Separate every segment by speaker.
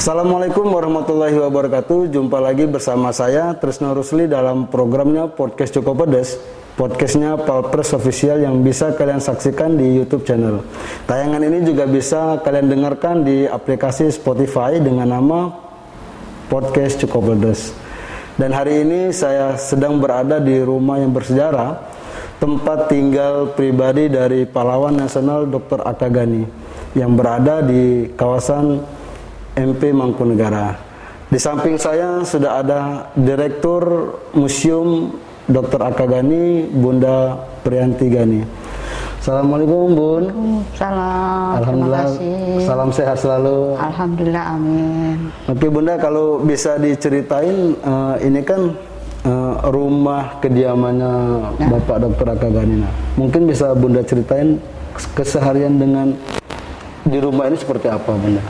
Speaker 1: Assalamualaikum warahmatullahi wabarakatuh. Jumpa lagi bersama saya Trisno Rusli dalam programnya Podcast Cukup Pedes. Podcastnya Palpres Official yang bisa kalian saksikan di YouTube channel. Tayangan ini juga bisa kalian dengarkan di aplikasi Spotify dengan nama Podcast Cukup Pedes. Dan hari ini saya sedang berada di rumah yang bersejarah, tempat tinggal pribadi dari pahlawan nasional Dr. Aka Ghani yang berada di kawasan MP Mangkunegaran. Di samping saya sudah ada Direktur Museum Dr. Aka Ghani, Bunda Priyanti Ghani. Assalamualaikum Bun.
Speaker 2: Salam.
Speaker 1: Alhamdulillah.
Speaker 2: Terima kasih.
Speaker 1: Salam sehat selalu.
Speaker 2: Alhamdulillah, amin.
Speaker 1: Oke Bunda, kalau bisa diceritain ini kan rumah kediamannya Bapak Dr. Aka Ghani. Mungkin bisa Bunda ceritain keseharian dengan di rumah ini seperti apa Bunda?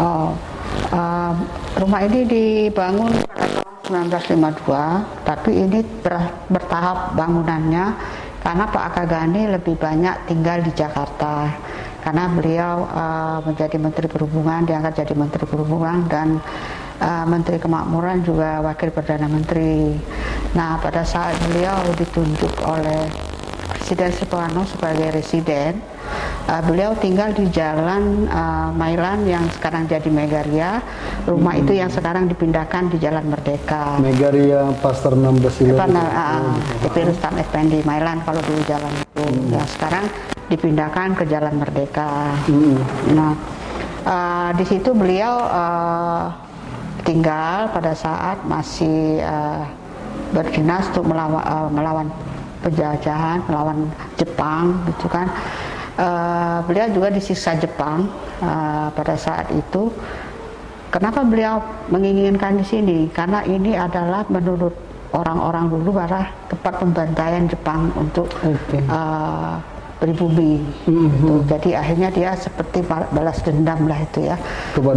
Speaker 2: Rumah ini dibangun pada tahun 1952, tapi ini bertahap bangunannya karena Pak Aka Ghani lebih banyak tinggal di Jakarta karena beliau menjadi Menteri Perhubungan, diangkat jadi Menteri Perhubungan dan Menteri Kemakmuran juga Wakil Perdana Menteri. Nah, pada saat beliau ditunjuk oleh Presiden Soekarno sebagai residen, beliau tinggal di Jalan Mailan yang sekarang jadi Megaria. Rumah itu yang sekarang dipindahkan di Jalan Merdeka.
Speaker 1: Megaria Pasar 16
Speaker 2: TP Rustam Effendi Mailan kalau dulu jalan itu. Ya, sekarang dipindahkan ke Jalan Merdeka. Nah, di situ beliau tinggal pada saat masih berdinas untuk melawan penjajahan, melawan Jepang, gitu kan. Beliau juga disiksa Jepang pada saat itu. Kenapa beliau menginginkan di sini? Karena ini adalah menurut orang-orang dulu adalah tempat pembantaian Jepang untuk pribumi. Gitu. Jadi akhirnya dia seperti balas dendam lah itu ya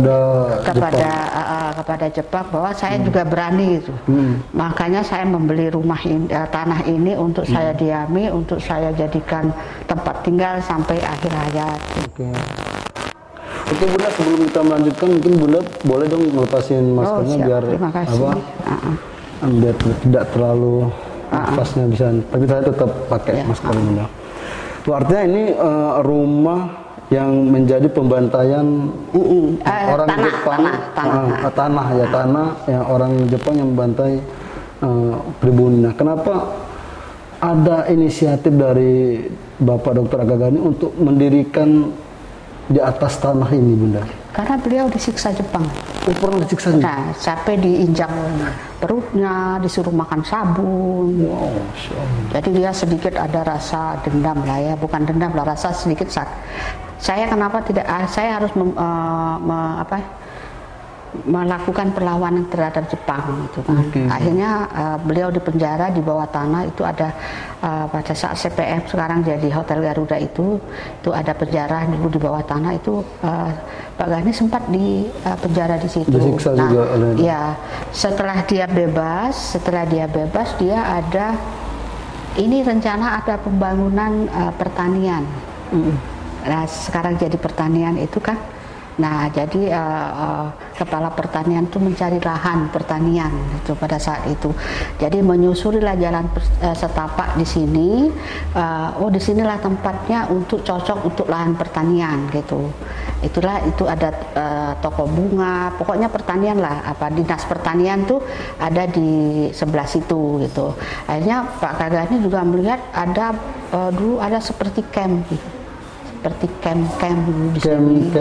Speaker 2: kepada Jepang bahwa saya juga berani gitu. Makanya saya membeli rumah ini, tanah ini untuk saya diami, untuk saya jadikan tempat tinggal sampai akhir hayat.
Speaker 1: Oke Bunda, sebelum kita melanjutkan mungkin Bunda boleh dong melepasin maskernya biar biar tidak terlalu nafasnya bisa. Tapi saya tetap pakai masker Bunda. Artinya ini rumah yang menjadi pembantaian orang Jepang, tanah yang orang Jepang yang membantai pribumi. Nah, kenapa ada inisiatif dari Bapak Dr. Aka Ghani untuk mendirikan di atas tanah ini Bunda?
Speaker 2: Karena beliau disiksa Jepang.
Speaker 1: Pernah disiksa Jepang?
Speaker 2: Nah, sampai diinjak perutnya, disuruh makan sabun. Jadi dia sedikit ada rasa dendam lah ya, bukan dendam lah, rasa sedikit saya kenapa tidak, saya harus melakukan perlawanan terhadap Jepang gitu kan. Akhirnya beliau dipenjara di bawah tanah. Itu ada pada saat CPM sekarang jadi Hotel Garuda itu ada penjara dulu di bawah tanah itu. Pak Ghani sempat di penjara di situ. Nah, ya setelah dia bebas dia ada ini rencana ada pembangunan pertanian. Nah, sekarang jadi pertanian itu kan. Nah, jadi kepala pertanian itu mencari lahan pertanian itu pada saat itu. Jadi menyusurilah jalan setapak di sini. Disinilah tempatnya untuk cocok untuk lahan pertanian gitu. Itu ada toko bunga, pokoknya pertanian lah. Dinas pertanian tuh ada di sebelah situ gitu. Akhirnya Pak Aka Ghani juga melihat ada dulu ada seperti camp gitu. Seperti camp di sini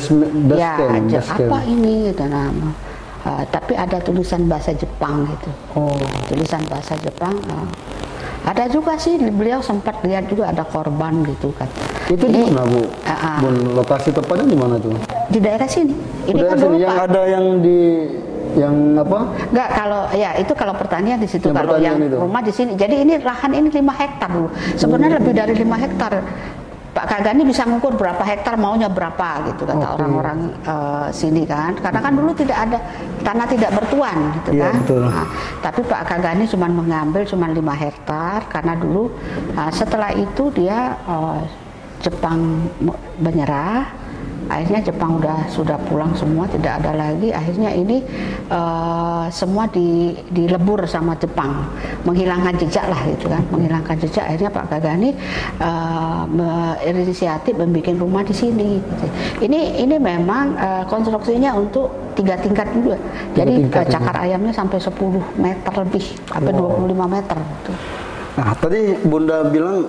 Speaker 2: apa ini gitu nama. Tapi ada tulisan bahasa Jepang gitu. Tulisan bahasa Jepang. Ada juga sih beliau sempat lihat juga ada korban gitu kan.
Speaker 1: Itu di mana Bu? Lokasi tepatnya di mana tuh?
Speaker 2: Di daerah sini. Ini kan dulu
Speaker 1: yang ada yang apa?
Speaker 2: Enggak, kalau ya itu kalau pertanian di situ, kalau yang itu. Rumah di sini. Jadi ini lahan ini 5 hektar dulu. Sebenarnya lebih dari 5 hektar. Pak Aka Ghani bisa mengukur berapa hektar maunya berapa gitu kata orang-orang sini kan, karena kan dulu tidak ada tanah tidak bertuan gitu kan. Nah, tapi Pak Aka Ghani cuma mengambil 5 hektar karena dulu setelah itu dia Jepang menyerah, Akhirnya Jepang sudah pulang semua, tidak ada lagi. Akhirnya ini semua dilebur sama Jepang, menghilangkan jejak lah gitu kan, menghilangkan jejak. Akhirnya Pak Kagani berinisiatif membuat rumah di sini. Gitu. Ini memang konstruksinya untuk 3 tingkat juga. Jadi cakar ayamnya sampai 10 meter lebih, sampai 25 meter. Gitu.
Speaker 1: Nah, tadi Bunda bilang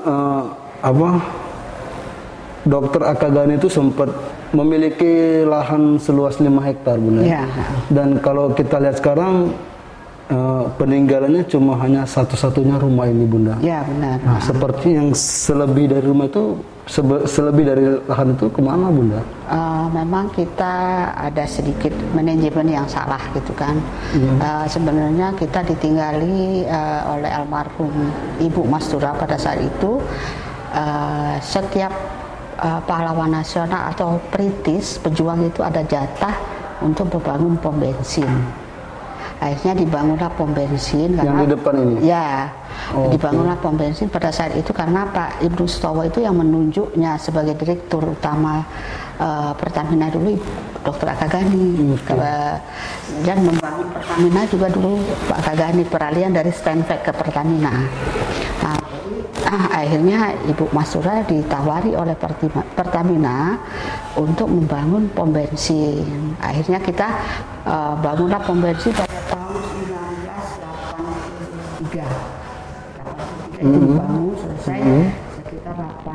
Speaker 1: Dokter Akagani itu sempat memiliki lahan seluas 5 hektar, Bunda.
Speaker 2: Ya.
Speaker 1: Dan kalau kita lihat sekarang peninggalannya cuma hanya satu-satunya rumah ini, Bunda.
Speaker 2: Ya, benar.
Speaker 1: Nah, seperti yang selebih dari rumah itu, selebih dari lahan itu kemana, Bunda?
Speaker 2: Memang kita ada sedikit manajemen yang salah gitu kan. Sebenarnya kita ditinggali oleh almarhum Ibu Mastura pada saat itu. Setiap pahlawan nasional atau perintis pejuang itu ada jatah untuk membangun pom bensin. Akhirnya dibangunlah pom bensin
Speaker 1: yang di depan ini.
Speaker 2: Ya, dibangunlah pom bensin pada saat itu karena Pak Ibnu Sutowo itu yang menunjuknya sebagai direktur utama Pertamina dulu, Dr. Akagani. Dan membangun Pertamina juga dulu Pak Akagani, peralihan dari Stanford ke Pertamina. Akhirnya Ibu Mastura ditawari oleh Pertamina untuk membangun pom bensin. Akhirnya kita bangunlah pom bensin pada tahun 1983. Itu dibangun selesai sekitar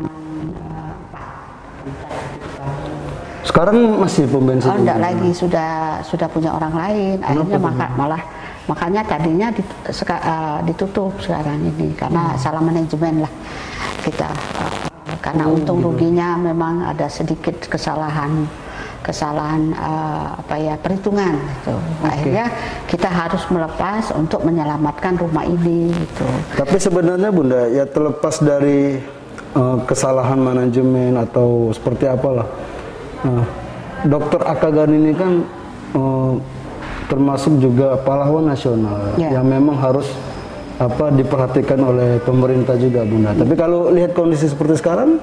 Speaker 2: 84.
Speaker 1: Sekarang masih pom bensin?
Speaker 2: Oh, enggak lagi, sudah punya orang lain. Akhirnya makanya tadinya ditutup sekarang ini karena salah manajemen lah kita. Karena untung ruginya memang ada sedikit kesalahan perhitungan gitu. Akhirnya kita harus melepas untuk menyelamatkan rumah ini gitu.
Speaker 1: Tapi sebenarnya Bunda, ya terlepas dari kesalahan manajemen atau seperti apalah, Dr. Akagani ini kan termasuk juga pahlawan nasional yang memang harus diperhatikan oleh pemerintah juga, Bunda. Tapi kalau lihat kondisi seperti sekarang,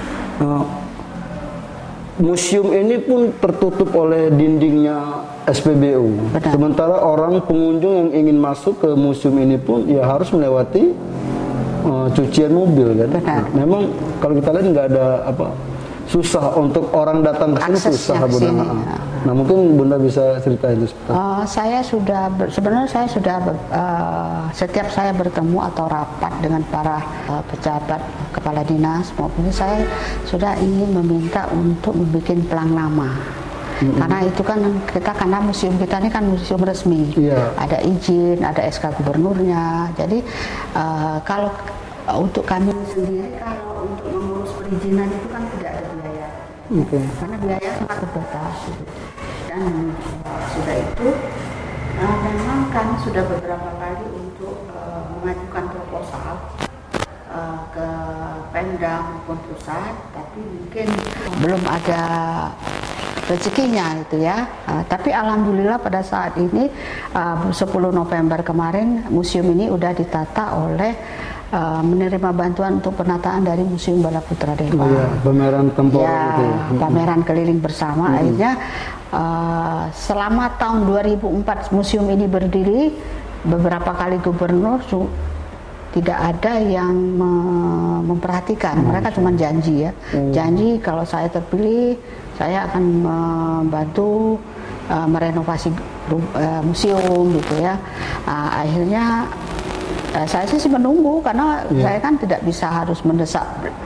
Speaker 1: museum ini pun tertutup oleh dindingnya SPBU.
Speaker 2: Benar.
Speaker 1: Sementara orang pengunjung yang ingin masuk ke museum ini pun ya harus melewati cucian mobil kan.
Speaker 2: Benar.
Speaker 1: Memang kalau kita lihat nggak ada susah untuk orang datang ke sini, susah, Bunda. Nah, mungkin Bunda bisa cerita itu sebentar.
Speaker 2: Sebenarnya saya sudah setiap saya bertemu atau rapat dengan para pejabat kepala dinas maupun saya sudah ingin meminta untuk membuat pelang nama. Karena itu kan karena museum kita ini kan museum resmi, ada izin, ada SK gubernurnya. Jadi kalau untuk kami sendiri, kalau untuk mengurus perizinan itu kan tidak ada biaya, karena biaya sangat terbatas. Dan sudah itu memang kami sudah beberapa kali untuk mengajukan proposal ke Pemda maupun pusat, tapi mungkin belum ada rezekinya gitu ya. Tapi alhamdulillah pada saat ini 10 November kemarin museum ini udah ditata oleh menerima bantuan untuk penataan dari Museum Balaputra Dewa.
Speaker 1: Pameran temporer itu.
Speaker 2: Pameran keliling bersama. Akhirnya selama tahun 2004 museum ini berdiri, beberapa kali gubernur tidak ada yang memperhatikan. Mereka cuma janji ya. Janji kalau saya terpilih, saya akan membantu merenovasi museum gitu ya. Akhirnya saya sih menunggu karena saya kan tidak bisa harus mendesak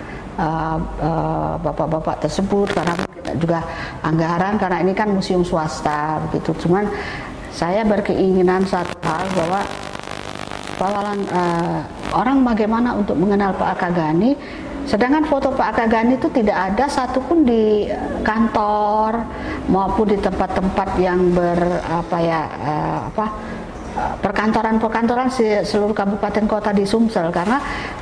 Speaker 2: bapak-bapak tersebut karena kita juga anggaran, karena ini kan museum swasta begitu. Cuman saya berkeinginan satu hal bahwa orang bagaimana untuk mengenal Pak Akagani, sedangkan foto Pak Akagani itu tidak ada satupun di kantor maupun di tempat-tempat yang perkantoran seluruh kabupaten kota di Sumsel, karena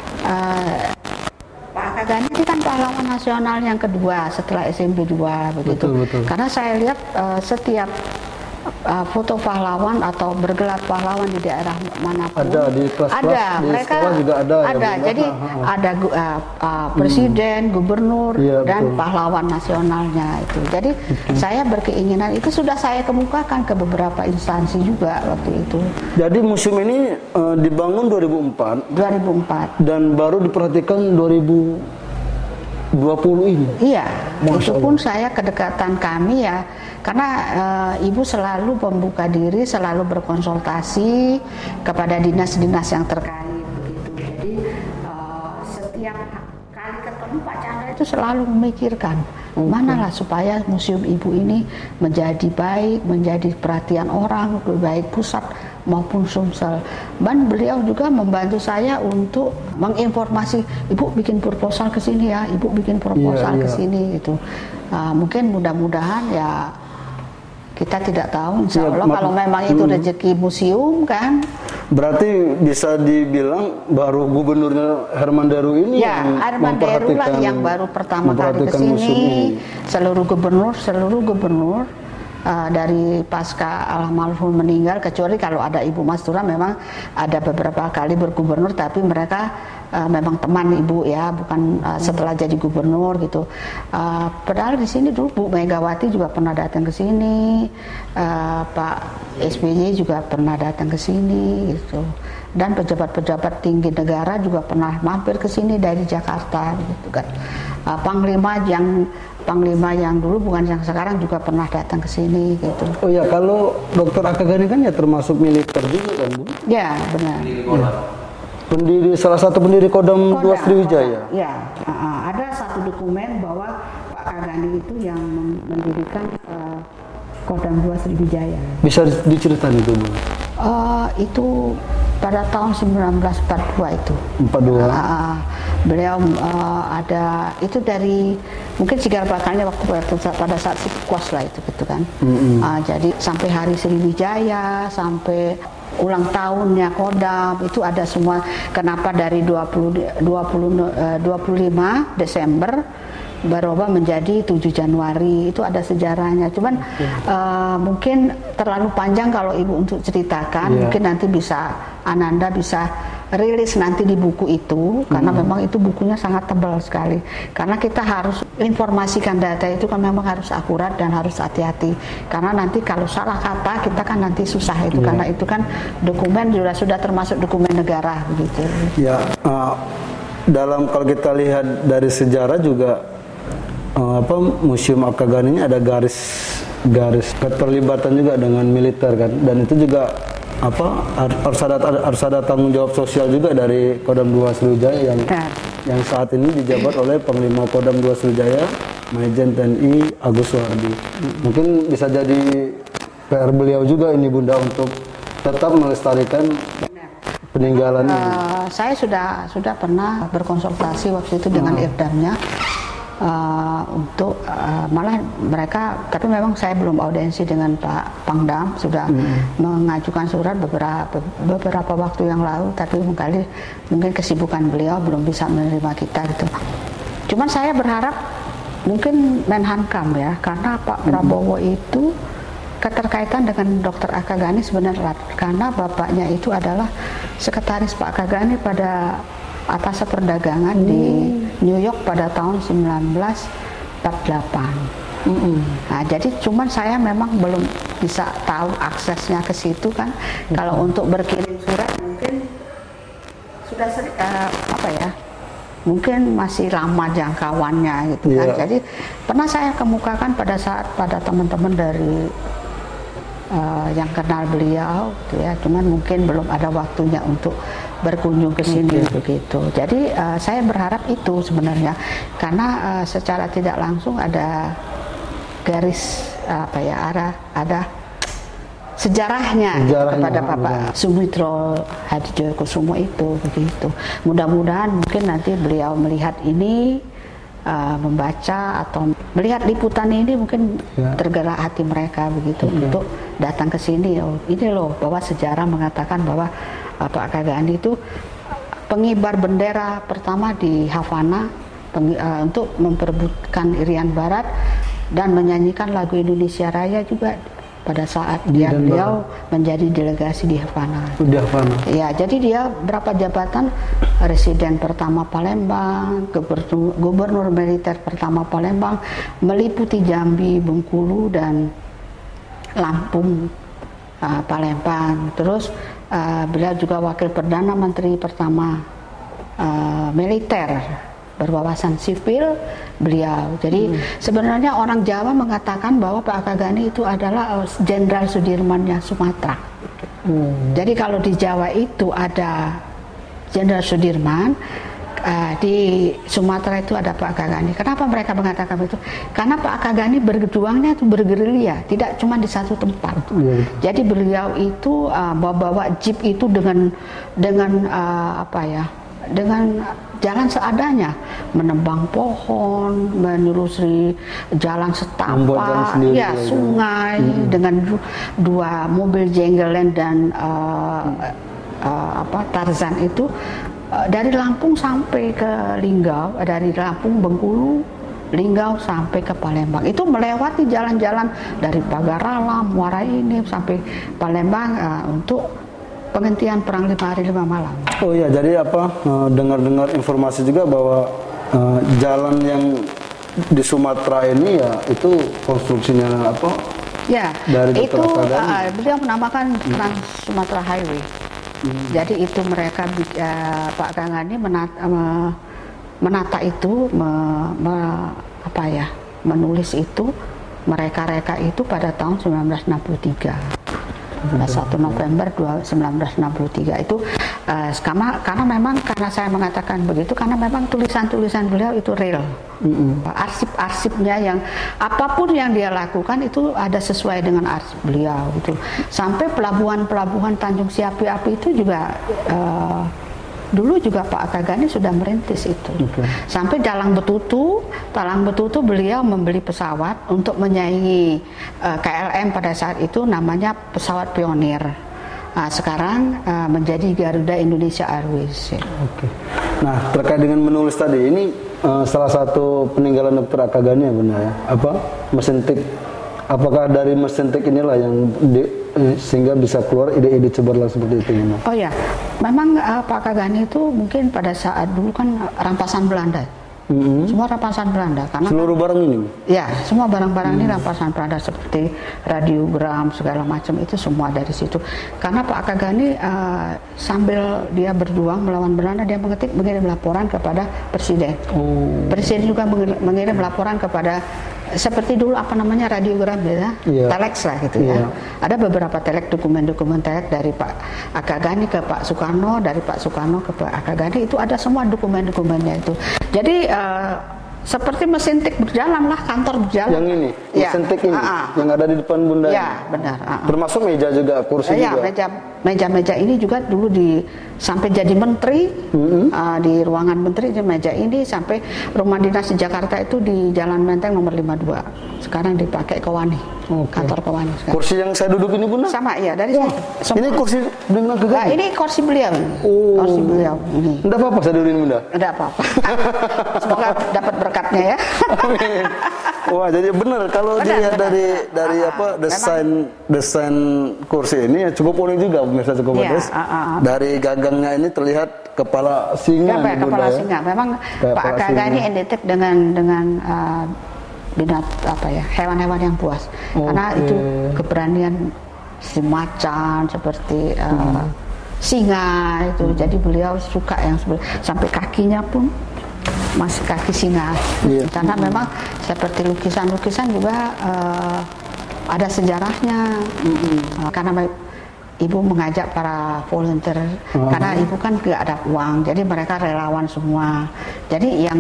Speaker 2: Pak Akagani ini kan pahlawan nasional yang kedua setelah SMP 2 begitu.
Speaker 1: Betul.
Speaker 2: Karena saya lihat setiap foto pahlawan atau bergelar pahlawan di daerah manapun.
Speaker 1: Ada di kelas-kelas di
Speaker 2: mereka
Speaker 1: sekolah juga ada.
Speaker 2: Ada. Ya, jadi ada presiden, gubernur,
Speaker 1: ya,
Speaker 2: dan
Speaker 1: betul.
Speaker 2: pahlawan nasionalnya itu. Jadi saya berkeinginan itu sudah saya kemukakan ke beberapa instansi juga waktu itu.
Speaker 1: Jadi museum ini dibangun 2004 dan baru diperhatikan 2020 ini.
Speaker 2: Iya, itu pun saya kedekatan kami ya, karena ibu selalu membuka diri, selalu berkonsultasi kepada dinas-dinas yang terkait begitu. Jadi setiap kali ketemu Pak Chandra itu selalu memikirkan manalah supaya museum ibu ini menjadi baik, menjadi perhatian orang, baik pusat maupun Sumsel. Dan beliau juga membantu saya untuk menginformasi, ibu bikin proposal ke sini ya, ibu bikin proposal ke sini gitu. Mungkin mudah-mudahan ya, kita tidak tahu, insya Allah kalau memang itu rezeki museum kan.
Speaker 1: Berarti bisa dibilang baru gubernurnya Herman Deru ini
Speaker 2: ya, Herman Deru lah yang baru pertama kali ke sini. Seluruh gubernur dari pasca almarhum meninggal, kecuali kalau ada Ibu Mastura memang ada beberapa kali bergubernur, tapi mereka memang teman ibu ya, bukan setelah jadi gubernur gitu. Padahal di sini dulu Bu Megawati juga pernah datang ke sini, Pak SBY juga pernah datang ke sini gitu, dan pejabat-pejabat tinggi negara juga pernah mampir ke sini dari Jakarta gitu kan. Panglima yang dulu bukan yang sekarang juga pernah datang ke sini gitu.
Speaker 1: Oh ya, kalau Dr. Akagani kan ya termasuk militer juga kan Bu?
Speaker 2: Ya benar.
Speaker 1: Ya. Salah satu pendiri Kodam 2 Sriwijaya.
Speaker 2: Ya, ada satu dokumen bahwa Pak Akagani itu yang mendirikan Kodam 2 Sriwijaya.
Speaker 1: Bisa diceritain itu Bu?
Speaker 2: Itu pada tahun 1942 itu.
Speaker 1: 42.
Speaker 2: Beliau ada itu dari mungkin cikal bakalnya pada saat Sikwas lah itu gitu kan. Jadi sampai hari Sriwijaya, sampai ulang tahunnya Kodam itu ada semua. Kenapa dari 25 Desember berubah menjadi 7 Januari, itu ada sejarahnya. Cuman mungkin terlalu panjang kalau Ibu untuk ceritakan. Mungkin nanti bisa Ananda bisa rilis nanti di buku itu, karena memang itu bukunya sangat tebal sekali. Karena kita harus informasikan data itu kan memang harus akurat dan harus hati-hati. Karena nanti kalau salah kata kita kan nanti susah itu, karena itu kan dokumen sudah termasuk dokumen negara begitu.
Speaker 1: Ya, dalam kalau kita lihat dari sejarah juga Museum Akagani ini ada garis keterlibatan juga dengan militer kan, dan itu juga harus ada tanggung jawab sosial juga dari Kodam 2 Sriwijaya yang saat ini dijabat oleh Panglima Kodam 2 Sriwijaya Majen TNI Agus Suhardi. Mungkin bisa jadi PR beliau juga ini Bunda untuk tetap melestarikan peninggalan ini.
Speaker 2: Saya sudah pernah berkonsultasi waktu itu dengan Irdamnya. Untuk malah mereka, tapi memang saya belum audiensi dengan Pak Pangdam, sudah mengajukan surat beberapa waktu yang lalu, tapi mungkin kesibukan beliau belum bisa menerima kita gitu. Cuman saya berharap mungkin Menhankam ya, karena Pak Prabowo itu keterkaitan dengan Dr. Akagani sebenarnya, karena bapaknya itu adalah sekretaris Pak Akagani pada atas perdagangan di New York pada tahun 1948. Nah, jadi cuman saya memang belum bisa tahu aksesnya ke situ kan. Kalau untuk berkirim surat mungkin sudah mungkin masih lama jangkauannya gitu kan. Jadi pernah saya kemukakan pada teman-teman dari yang kenal beliau gitu ya, cuman mungkin belum ada waktunya untuk berkunjung ke sini begitu. Jadi saya berharap itu sebenarnya, karena secara tidak langsung ada garis ada sejarahnya kepada Bapak Sumitro Hadjoyokusumo itu begitu. Mudah-mudahan mungkin nanti beliau melihat ini, membaca atau melihat liputan ini, mungkin tergerak hati mereka begitu untuk datang ke sini. Oh, ini loh bahwa sejarah mengatakan bahwa Pak Akagani itu pengibar bendera pertama di Havana untuk memperebutkan Irian Barat dan menyanyikan lagu Indonesia Raya juga pada saat beliau menjadi delegasi di Havana.
Speaker 1: Di Havana.
Speaker 2: Ya, jadi dia berapa jabatan, residen pertama Palembang, gubernur militer pertama Palembang, meliputi Jambi, Bengkulu dan Lampung, Palembang. Terus beliau juga wakil perdana menteri pertama militer berwawasan sipil beliau. Jadi sebenarnya orang Jawa mengatakan bahwa Pak Akagani itu adalah Jenderal Sudirmannya Sumatera. Jadi kalau di Jawa itu ada Jenderal Sudirman, di Sumatera itu ada Pak Akagani. Kenapa mereka mengatakan itu? Karena Pak Akagani berjuangnya itu bergerilya, tidak cuma di satu tempat. Jadi beliau itu bawa jeep itu dengan dengan jalan seadanya, menebang pohon, menelusuri jalan setapak, ya sungai, dengan 2 mobil Jenggeland dan Tarzan itu dari Lampung sampai ke Linggau, dari Lampung, Bengkulu, Linggau sampai ke Palembang. Itu melewati jalan-jalan dari Pagarala, Muara Ini sampai Palembang untuk penghentian perang 5 hari 5 malam.
Speaker 1: Oh iya, jadi dengar-dengar informasi juga bahwa jalan yang di Sumatera ini ya itu konstruksinya
Speaker 2: Ya,
Speaker 1: dari
Speaker 2: itu beliau menamakan Trans Sumatera Highway. Jadi itu mereka Pak Akagani menata itu, menulis itu, mereka-reka itu pada tahun 1963. 1 November 1963 itu karena memang saya mengatakan begitu karena memang tulisan-tulisan beliau itu real. Arsip-arsipnya yang apapun yang dia lakukan itu ada sesuai dengan arsip beliau itu. Sampai pelabuhan-pelabuhan Tanjung Siapi-Api itu juga dulu juga Pak Akagani sudah merintis itu. Sampai Talang Betutu beliau membeli pesawat untuk menyaingi KLM pada saat itu, namanya pesawat Pionir. Sekarang menjadi Garuda Indonesia Airways.
Speaker 1: Nah, terkait dengan menulis tadi, ini salah satu peninggalan Dr. Akagani ya benar ya? Mesin tik. Apakah dari mesin tik inilah yang sehingga bisa keluar ide-ide cemerlang seperti itu?
Speaker 2: Oh ya, memang Pak Akagani itu mungkin pada saat dulu kan rampasan Belanda. Semua rampasan Belanda. Karena
Speaker 1: seluruh barang ini?
Speaker 2: Ya, semua barang-barang ini rampasan Belanda seperti radiogram segala macam itu semua dari situ. Karena Pak Akagani sambil dia berjuang melawan Belanda, dia mengirim laporan kepada Presiden. Presiden juga mengirim laporan kepada seperti dulu radiogram ya, telex lah gitu ya. Ada beberapa telex, dokumen-dokumen telex dari Pak Akagani ke Pak Soekarno, dari Pak Soekarno ke Pak Akagani, itu ada semua dokumen-dokumennya itu. Jadi seperti mesin tik berjalan lah, kantor berjalan. Yang
Speaker 1: ini, mesin tik ini, yang ada di depan Bunda.
Speaker 2: Ya, benar.
Speaker 1: Termasuk meja juga, kursi juga.
Speaker 2: Ya, meja-meja ini juga dulu sampai jadi menteri, di ruangan menteri di meja ini, sampai rumah dinas di Jakarta itu di Jalan Menteng nomor 52. Sekarang dipakai Kowani, kantor Kowani.
Speaker 1: Kursi yang saya duduk ini Bunda?
Speaker 2: Sama, iya, dari saya.
Speaker 1: Ini kursi dengan Akagani?
Speaker 2: Ini kursi beliau. Kursi beliau.
Speaker 1: Tidak apa-apa saya dudukin Bunda?
Speaker 2: Tidak apa-apa. Semoga dapat berkatnya ya.
Speaker 1: Amin. Wah, jadi benar kalau dilihat dari desain kursi ini ya cukup unik juga pemirsa Cukup Pedes. Dari gagangnya ini terlihat kepala singa.
Speaker 2: Ya, kepala singa. Memang Pak Akagani identik dengan hewan-hewan yang buas. Karena itu keberanian si macan seperti singa itu. Jadi beliau suka yang sampai kakinya pun masih kaki singa. Karena memang seperti lukisan-lukisan juga ada sejarahnya. Karena ibu mengajak para volunteer, karena ibu kan nggak ada uang, jadi mereka relawan semua. Jadi yang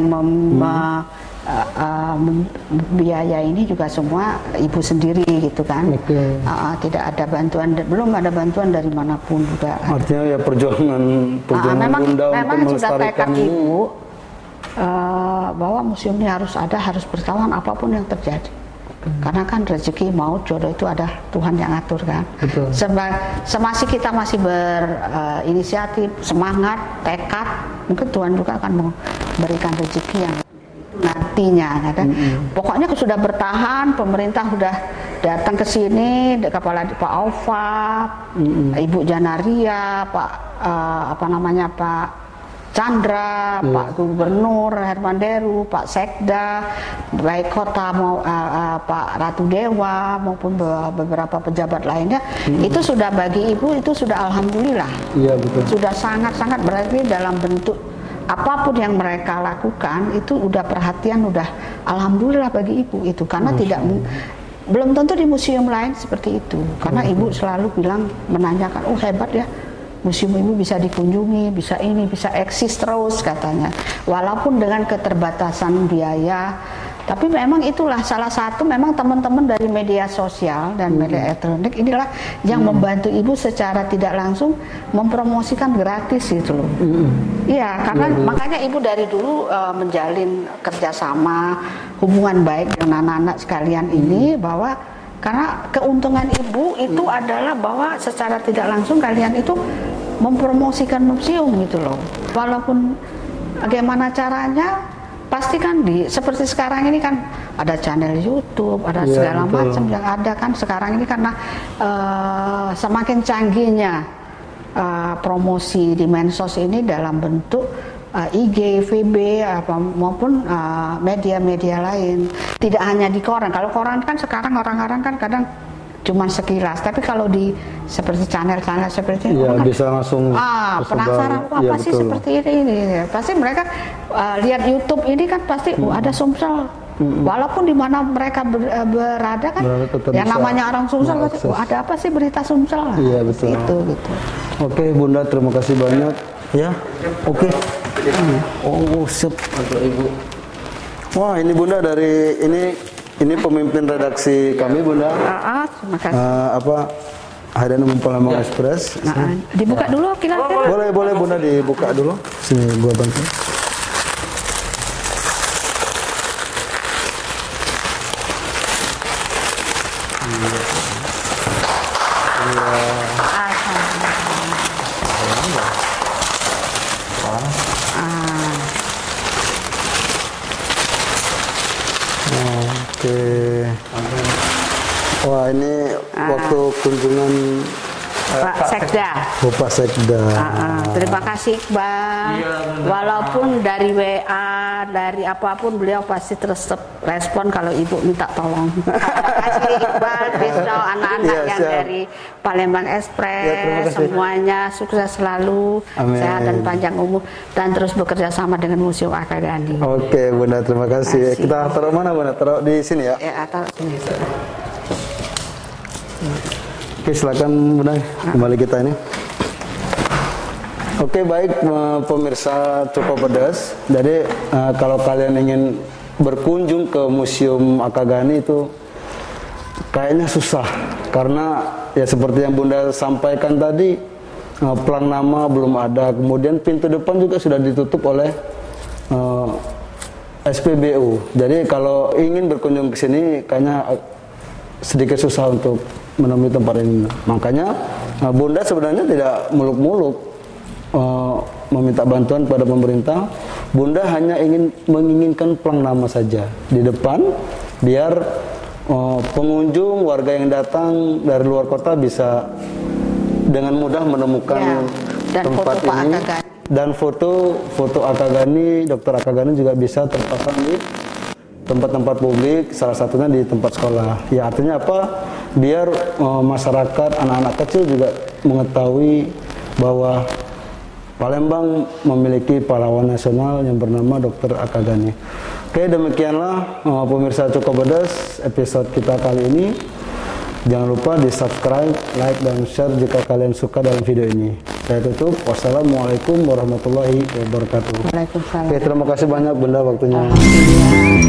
Speaker 2: biaya ini juga semua ibu sendiri gitu kan. Tidak ada bantuan, belum ada bantuan dari manapun juga.
Speaker 1: Artinya ya perjuangan Bunda untuk melestarikan
Speaker 2: ibu bahwa museum ini harus bertahan apapun yang terjadi. Karena kan rezeki maut jodoh itu ada Tuhan yang atur kan. Semasi kita masih berinisiatif, semangat, tekad, mungkin Tuhan juga akan memberikan rezeki yang nantinya kan. Pokoknya sudah bertahan, pemerintah sudah datang ke sini, kepala Pak Ova, Ibu Janaria, Pak Pak Chandra, Pak Gubernur Herman Deru, Pak Sekda, baik kota mau Pak Ratu Dewa maupun beberapa pejabat lainnya, itu sudah bagi Ibu itu sudah alhamdulillah.
Speaker 1: Iya betul.
Speaker 2: Sudah sangat-sangat berarti dalam bentuk apapun yang mereka lakukan itu udah perhatian, udah alhamdulillah bagi Ibu itu, karena belum tentu di museum lain seperti itu, karena Ibu selalu bilang menanyakan, oh hebat ya, museum Ibu bisa dikunjungi, bisa ini, bisa eksis terus katanya, walaupun dengan keterbatasan biaya. Tapi memang itulah salah satu, memang teman-teman dari media sosial dan media elektronik inilah yang membantu Ibu secara tidak langsung mempromosikan gratis gitu loh. Iya, karena makanya Ibu dari dulu menjalin kerjasama, hubungan baik dengan anak-anak sekalian ini, bahwa karena keuntungan Ibu itu adalah bahwa secara tidak langsung kalian itu mempromosikan museum gitu loh. Walaupun bagaimana caranya, pasti kan seperti sekarang ini kan ada channel YouTube, ada segala macam yang ada kan sekarang ini, karena semakin canggihnya promosi di medsos ini dalam bentuk IG, VB maupun media-media lain. Tidak hanya di koran. Kalau koran kan sekarang orang-orang kan kadang cuma sekilas, tapi kalau di seperti channel-channel seperti ini
Speaker 1: kan
Speaker 2: bisa
Speaker 1: langsung
Speaker 2: penasaran apa sih seperti ini. Pasti mereka lihat YouTube ini kan pasti ada Sumsel. Walaupun di mana mereka berada kan, yang namanya orang Sumsel, ada apa sih berita Sumsel?
Speaker 1: Iya betul.
Speaker 2: Itu gitu.
Speaker 1: Oke Bunda, terima kasih banyak. Ya, oke. Oh siap untuk Ibu. Wah ini Bunda dari ini pemimpin redaksi kami Bunda.
Speaker 2: Terima kasih.
Speaker 1: Harian Palembang Express.
Speaker 2: Dibuka dulu kira-kira.
Speaker 1: Boleh Bunda dibuka dulu. Sini gua bantu. Wah ini waktu kunjungan
Speaker 2: Pak Sekda.
Speaker 1: Pak Sekda.
Speaker 2: Terima kasih Iqbal. Walaupun dari WA, dari apapun beliau pasti terus respon kalau Ibu minta tolong. Terima kasih Iqbal, Krisno, anak-anak yang dari Palembang Express, semuanya sukses selalu, sehat dan panjang umur, dan terus bekerja sama dengan Museum Akagani.
Speaker 1: Oke Bunda, terima kasih. Kita taruh mana Bunda? Taruh di sini ya?
Speaker 2: Ya, taruh sini.
Speaker 1: Oke, silakan Bunda, kembali kita ini. Oke, baik pemirsa Cukup Pedas. Jadi kalau kalian ingin berkunjung ke Museum Akagani itu kayaknya susah, karena ya seperti yang Bunda sampaikan tadi, plang nama belum ada, kemudian pintu depan juga sudah ditutup oleh SPBU. Jadi kalau ingin berkunjung ke sini kayaknya sedikit susah untuk menemui tempat ini. Makanya Bunda sebenarnya tidak muluk-muluk meminta bantuan pada pemerintah. Bunda hanya menginginkan plang nama saja di depan, biar pengunjung, warga yang datang dari luar kota bisa dengan mudah menemukan tempat ini. Dan foto Akagani, Dr. Akagani juga bisa terpasang di tempat-tempat publik, salah satunya di tempat sekolah. Ya artinya apa? Biar masyarakat, anak-anak kecil juga mengetahui bahwa Palembang memiliki pahlawan nasional yang bernama Dr. Akagani. Oke, demikianlah pemirsa Cukup Pedas episode kita kali ini. Jangan lupa di subscribe, like, dan share jika kalian suka dalam video ini. Saya tutup. Wassalamualaikum warahmatullahi wabarakatuh.
Speaker 2: Waalaikumsalam.
Speaker 1: Oke, terima kasih banyak Bunda waktunya.
Speaker 2: Alhamdulillah.